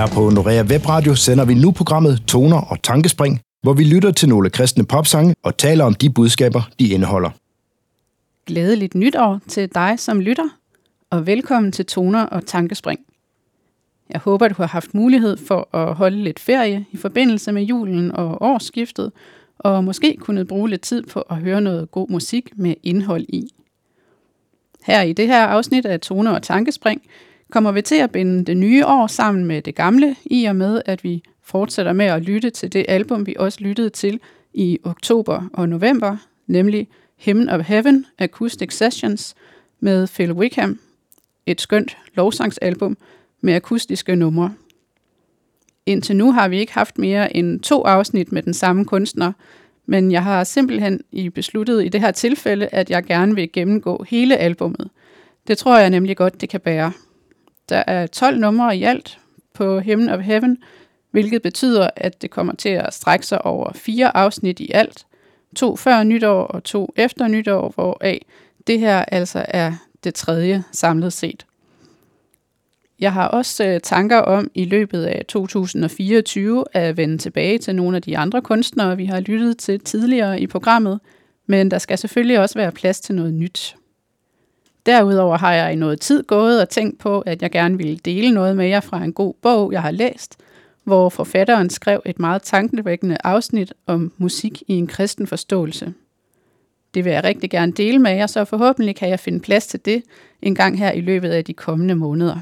Her på Norea Webradio sender vi nu programmet Toner og Tankespring, hvor vi lytter til nogle kristne popsange og taler om de budskaber, de indeholder. Glædeligt nytår til dig som lytter, og velkommen til Toner og Tankespring. Jeg håber, du har haft mulighed for at holde lidt ferie i forbindelse med julen og årsskiftet, og måske kunne bruge lidt tid på at høre noget god musik med indhold i. Her i det her afsnit af Toner og Tankespring kommer vi til at binde det nye år sammen med det gamle, i og med at vi fortsætter med at lytte til det album, vi også lyttede til i oktober og november, nemlig Hymn of Heaven Acoustic Sessions med Phil Wickham. Et skønt lovsangsalbum med akustiske numre. Indtil nu har vi ikke haft mere end 2 afsnit med den samme kunstner, men jeg har simpelthen besluttet i det her tilfælde, at jeg gerne vil gennemgå hele albummet. Det tror jeg nemlig godt, det kan bære. Der er 12 numre i alt på Hymn of Heaven, hvilket betyder, at det kommer til at strække sig over 4 afsnit i alt. 2 før nytår og 2 efter nytår, hvoraf det her altså er det 3. samlet set. Jeg har også tanker om i løbet af 2024 at vende tilbage til nogle af de andre kunstnere, vi har lyttet til tidligere i programmet, men der skal selvfølgelig også være plads til noget nyt. Derudover har jeg i noget tid gået og tænkt på, at jeg gerne ville dele noget med jer fra en god bog, jeg har læst, hvor forfatteren skrev et meget tankevækkende afsnit om musik i en kristen forståelse. Det vil jeg rigtig gerne dele med jer, så forhåbentlig kan jeg finde plads til det en gang her i løbet af de kommende måneder.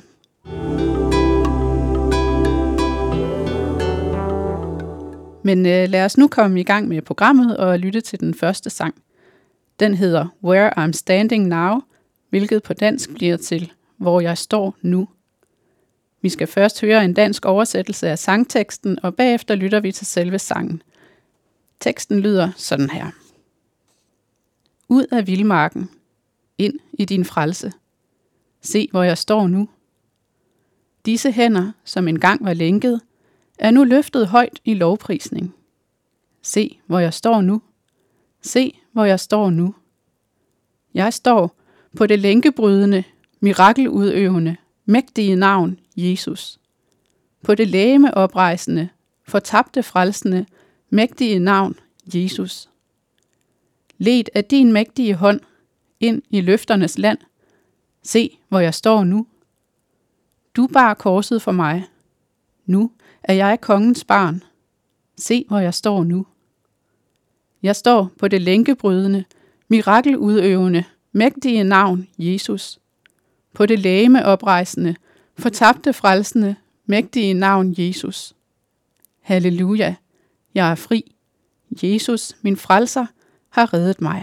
Men lad os nu komme i gang med programmet og lytte til den første sang. Den hedder Where I'm Standing Now, hvilket på dansk bliver til Hvor jeg står nu. Vi skal først høre en dansk oversættelse af sangteksten, og bagefter lytter vi til selve sangen. Teksten lyder sådan her. Ud af vildmarken, ind i din frelse. Se, hvor jeg står nu. Disse hænder, som engang var lænket, er nu løftet højt i lovprisning. Se, hvor jeg står nu. Se, hvor jeg står nu. Jeg står på det lænkebrydende, mirakeludøvende, mægtige navn Jesus. På det legemeoprejsende, fortabte frelsende, mægtige navn Jesus. Led af din mægtige hånd ind i løfternes land. Se, hvor jeg står nu. Du bar korset for mig. Nu er jeg kongens barn. Se, hvor jeg står nu. Jeg står på det lænkebrydende, mirakeludøvende, mægtige navn Jesus. På det legemeoprejsende, fortabte frelsende, mægtige navn Jesus. Halleluja, jeg er fri. Jesus, min frelser, har reddet mig.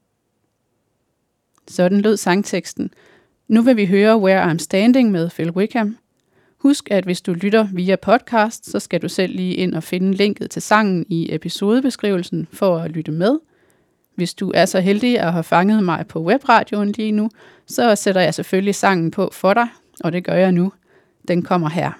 Sådan lød sangteksten. Nu vil vi høre Where I'm Standing med Phil Wickham. Husk, at hvis du lytter via podcast, så skal du selv lige ind og finde linket til sangen i episodebeskrivelsen for at lytte med. Hvis du er så heldig at have fanget mig på webradioen lige nu, så sætter jeg selvfølgelig sangen på for dig, og det gør jeg nu. Den kommer her.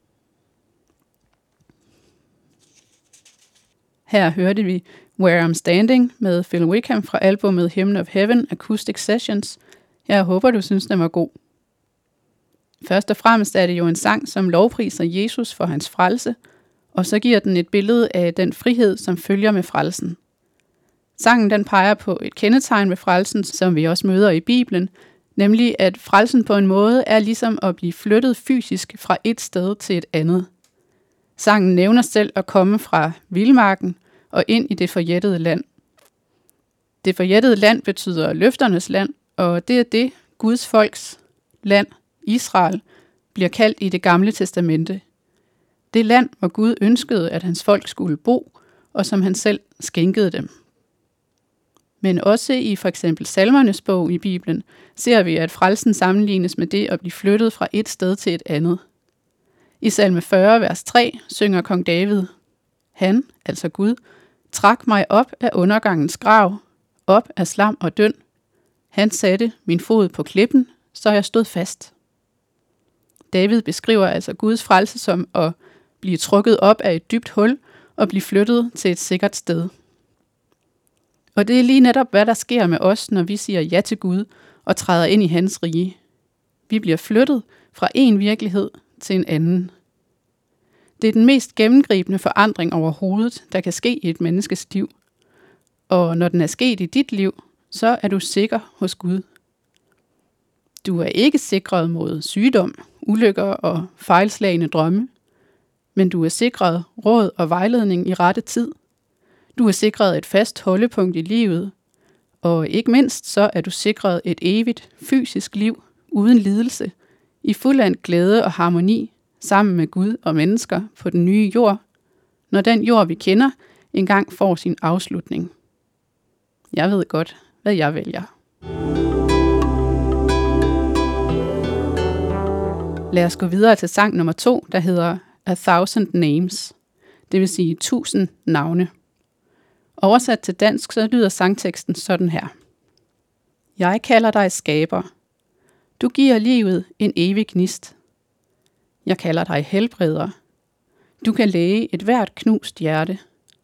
Her hørte vi Where I'm Standing med Phil Wickham fra albumet Hymn of Heaven Acoustic Sessions. Jeg håber, du synes, den var god. Først og fremmest er det jo en sang, som lovpriser Jesus for hans frelse, og så giver den et billede af den frihed, som følger med frelsen. Sangen den peger på et kendetegn ved frelsen, som vi også møder i Bibelen, nemlig at frelsen på en måde er ligesom at blive flyttet fysisk fra et sted til et andet. Sangen nævner selv at komme fra vildmarken og ind i det forjættede land. Det forjættede land betyder løfternes land, og det er det, Guds folks land, Israel, bliver kaldt i det gamle testamente. Det land, hvor Gud ønskede, at hans folk skulle bo, og som han selv skænkede dem. Men også i for eksempel Salmernes bog i Bibelen, ser vi, at frelsen sammenlignes med det at blive flyttet fra et sted til et andet. I salme 40, vers 3, synger kong David, han, altså Gud, trak mig op af undergangens grav, op af slam og døn. Han satte min fod på klippen, så jeg stod fast. David beskriver altså Guds frelse som at blive trukket op af et dybt hul og blive flyttet til et sikkert sted. Og det er lige netop, hvad der sker med os, når vi siger ja til Gud og træder ind i hans rige. Vi bliver flyttet fra en virkelighed til en anden. Det er den mest gennemgribende forandring overhovedet, der kan ske i et menneskes liv. Og når den er sket i dit liv, så er du sikker hos Gud. Du er ikke sikret mod sygdom, ulykker og fejlslagne drømme, men du er sikret råd og vejledning i rette tid. Du er sikret et fast holdepunkt i livet, og ikke mindst så er du sikret et evigt fysisk liv uden lidelse, i fuldendt glæde og harmoni sammen med Gud og mennesker på den nye jord, når den jord, vi kender, engang får sin afslutning. Jeg ved godt, hvad jeg vælger. Lad os gå videre til sang nummer 2, der hedder 1,000 Names, det vil sige 1000 navne. Oversat til dansk, så lyder sangteksten sådan her. Jeg kalder dig skaber. Du giver livet en evig gnist. Jeg kalder dig helbreder. Du kan læge et hvert knust hjerte.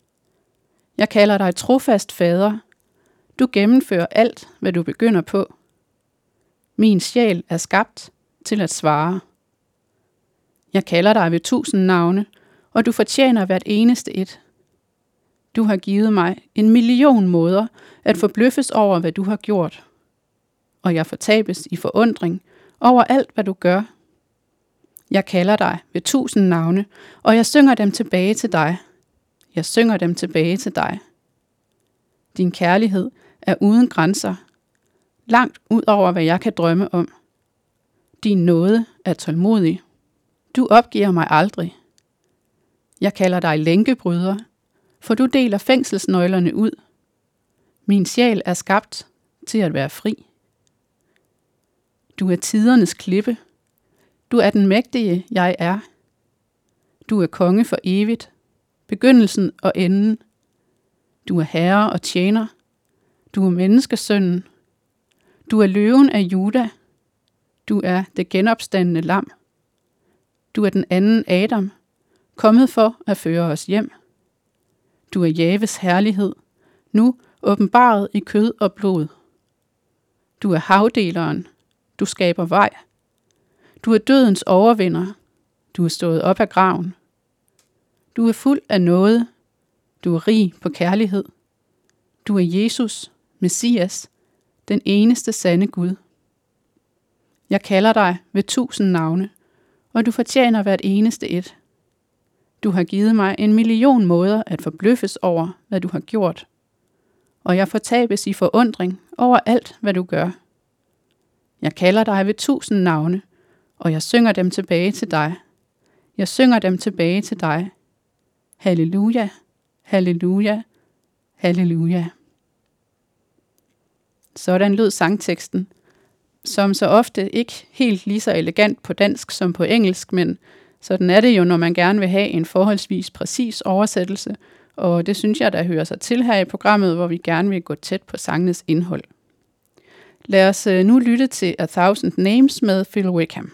Jeg kalder dig trofast fader. Du gennemfører alt, hvad du begynder på. Min sjæl er skabt til at svare. Jeg kalder dig ved 1000 navne, og du fortjener hvert eneste et. Du har givet mig 1.000.000 måder at forbløffes over, hvad du har gjort. Og jeg fortabes i forundring over alt, hvad du gør. Jeg kalder dig ved 1000 navne, og jeg synger dem tilbage til dig. Jeg synger dem tilbage til dig. Din kærlighed er uden grænser, langt ud over, hvad jeg kan drømme om. Din nåde er tålmodig. Du opgiver mig aldrig. Jeg kalder dig lænkebryder, for du deler fængselsnøglerne ud. Min sjæl er skabt til at være fri. Du er tidernes klippe. Du er den mægtige, jeg er. Du er konge for evigt, begyndelsen og enden. Du er herre og tjener. Du er menneskesønnen. Du er løven af Juda. Du er det genopstandne lam. Du er den anden Adam, kommet for at føre os hjem. Du er Javes herlighed, nu åbenbaret i kød og blod. Du er havdeleren. Du skaber vej. Du er dødens overvinder. Du er stået op af graven. Du er fuld af nåde. Du er rig på kærlighed. Du er Jesus, Messias, den eneste sande Gud. Jeg kalder dig ved 1000 navne, og du fortjener hvert eneste et. Du har givet mig 1.000.000 måder at forbløffes over, hvad du har gjort. Og jeg fortabes i forundring over alt, hvad du gør. Jeg kalder dig ved 1000 navne, og jeg synger dem tilbage til dig. Jeg synger dem tilbage til dig. Halleluja, halleluja, halleluja. Sådan lød sangteksten, som så ofte ikke helt lige så elegant på dansk som på engelsk, men sådan er det jo, når man gerne vil have en forholdsvis præcis oversættelse, og det synes jeg, der hører sig til her i programmet, hvor vi gerne vil gå tæt på sangenes indhold. Lad os nu lytte til 1,000 Names med Phil Wickham.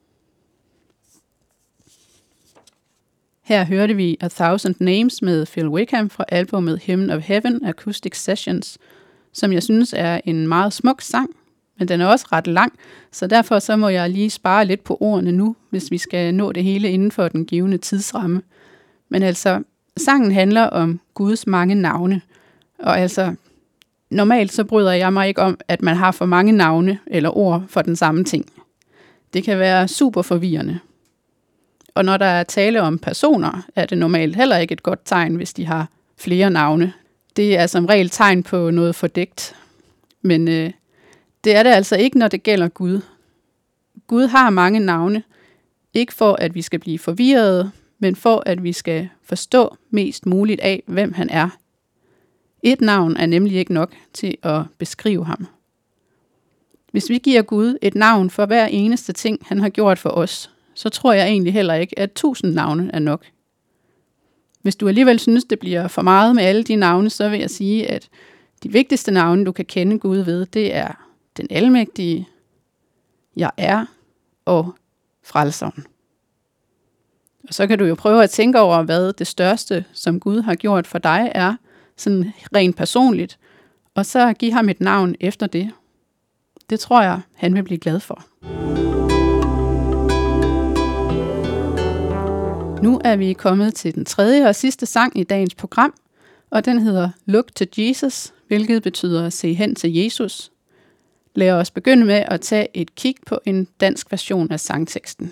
Her hørte vi 1,000 Names med Phil Wickham fra albumet Hymn of Heaven Acoustic Sessions, som jeg synes er en meget smuk sang, men den er også ret lang, så derfor så må jeg lige spare lidt på ordene nu, hvis vi skal nå det hele inden for den givne tidsramme. Men altså, sangen handler om Guds mange navne, og altså, normalt så bryder jeg mig ikke om, at man har for mange navne eller ord for den samme ting. Det kan være super forvirrende. Og når der er tale om personer, er det normalt heller ikke et godt tegn, hvis de har flere navne. Det er som regel tegn på noget fordækt. Men det er det altså ikke, når det gælder Gud. Gud har mange navne, ikke for at vi skal blive forvirrede, men for at vi skal forstå mest muligt af, hvem han er. Et navn er nemlig ikke nok til at beskrive ham. Hvis vi giver Gud et navn for hver eneste ting, han har gjort for os, så tror jeg egentlig heller ikke, at 1000 navne er nok. Hvis du alligevel synes, det bliver for meget med alle de navne, så vil jeg sige, at de vigtigste navne, du kan kende Gud ved, det er den almægtige, jeg er og frelseren. Og så kan du jo prøve at tænke over, hvad det største, som Gud har gjort for dig, er, sådan rent personligt, og så give ham et navn efter det. Det tror jeg, han vil blive glad for. Nu er vi kommet til den tredje og sidste sang i dagens program, og den hedder Look to Jesus, hvilket betyder at se hen til Jesus. Lad os begynde med at tage et kig på en dansk version af sangteksten.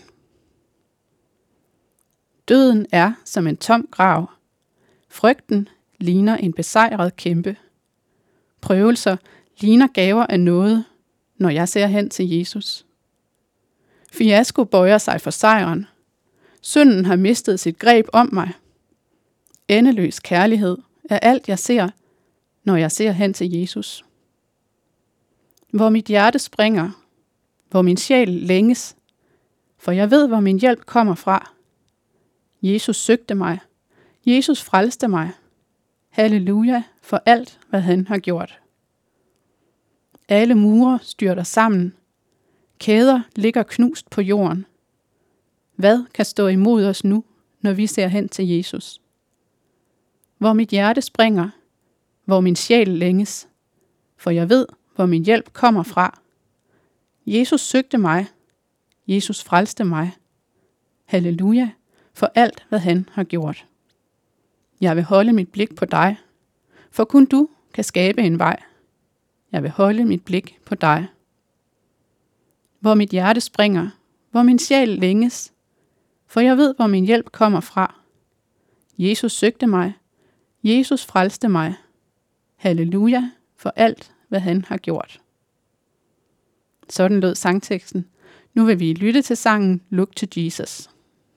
Døden er som en tom grav. Frygten ligner en besejret kæmpe. Prøvelser ligner gaver af noget, når jeg ser hen til Jesus. Fiasko bøjer sig for sejren. Synden har mistet sit greb om mig. Endeløs kærlighed er alt jeg ser, når jeg ser hen til Jesus. Hvor mit hjerte springer, hvor min sjæl længes, for jeg ved, hvor min hjælp kommer fra. Jesus søgte mig. Jesus frelste mig. Halleluja for alt, hvad han har gjort. Alle mure styrter sammen. Kæder ligger knust på jorden. Hvad kan stå imod os nu, når vi ser hen til Jesus? Hvor mit hjerte springer, hvor min sjæl længes, for jeg ved, hvor min hjælp kommer fra. Jesus søgte mig. Jesus frelste mig. Halleluja for alt, hvad han har gjort. Jeg vil holde mit blik på dig, for kun du kan skabe en vej. Jeg vil holde mit blik på dig. Hvor mit hjerte springer, hvor min sjæl længes, for jeg ved, hvor min hjælp kommer fra. Jesus søgte mig. Jesus frelste mig. Halleluja for alt, hvad han har gjort. Sådan lød sangteksten. Nu vil vi lytte til sangen Look to Jesus.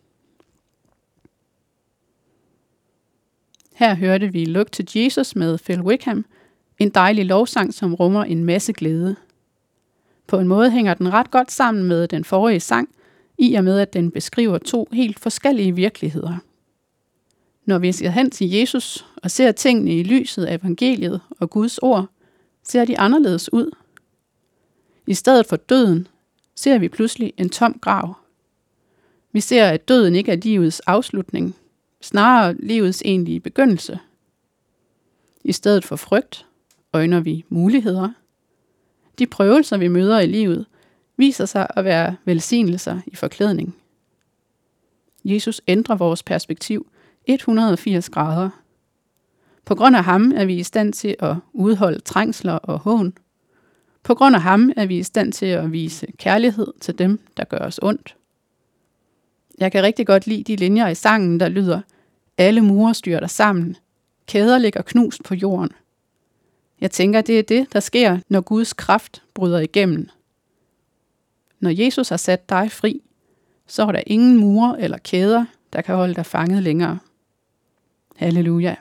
Her hørte vi Look to Jesus med Phil Wickham, en dejlig lovsang, som rummer en masse glæde. På en måde hænger den ret godt sammen med den forrige sang, i og med at den beskriver to helt forskellige virkeligheder. Når vi ser hen til Jesus og ser tingene i lyset af evangeliet og Guds ord, ser de anderledes ud. I stedet for døden ser vi pludselig en tom grav. Vi ser, at døden ikke er livets afslutning, snarere livets egentlige begyndelse. I stedet for frygt øjner vi muligheder. De prøvelser, vi møder i livet, viser sig at være velsignelser i forklædning. Jesus ændrer vores perspektiv 180 grader. På grund af ham er vi i stand til at udholde trængsler og hån. På grund af ham er vi i stand til at vise kærlighed til dem, der gør os ondt. Jeg kan rigtig godt lide de linjer i sangen, der lyder: alle mure styrter sammen. Kæder ligger knust på jorden. Jeg tænker, det er det, der sker, når Guds kraft bryder igennem. Når Jesus har sat dig fri, så er der ingen mure eller kæder, der kan holde dig fanget længere. Halleluja.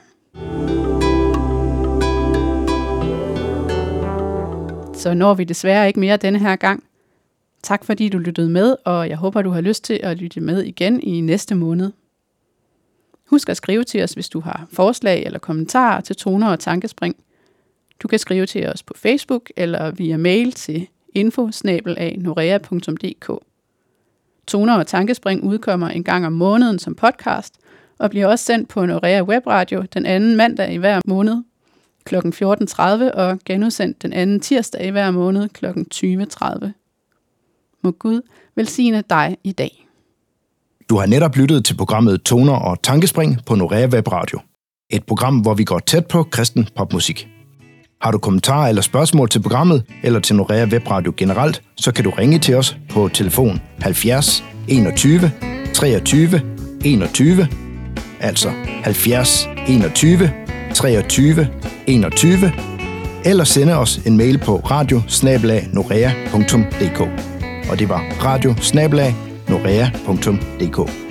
Så når vi desværre ikke mere denne her gang. Tak fordi du lyttede med, og jeg håber, du har lyst til at lytte med igen i næste måned. Husk at skrive til os, hvis du har forslag eller kommentarer til Toner og Tankespring. Du kan skrive til os på Facebook eller via mail til info@norea.dk. Toner og Tankespring udkommer en gang om måneden som podcast, og bliver også sendt på Norea Webradio den anden mandag i hver måned kl. 14.30 og genudsendt den anden tirsdag i hver måned kl. 20.30. Må Gud velsigne dig i dag. Du har netop lyttet til programmet Toner og Tankespring på Norea Webradio. Et program, hvor vi går tæt på kristen popmusik. Har du kommentarer eller spørgsmål til programmet, eller til Norea Webradio generelt, så kan du ringe til os på telefon 70 21 23 21, altså 70 21 23 21, eller sende os en mail på radio@norea.dk. Og det var radio@norea.dk.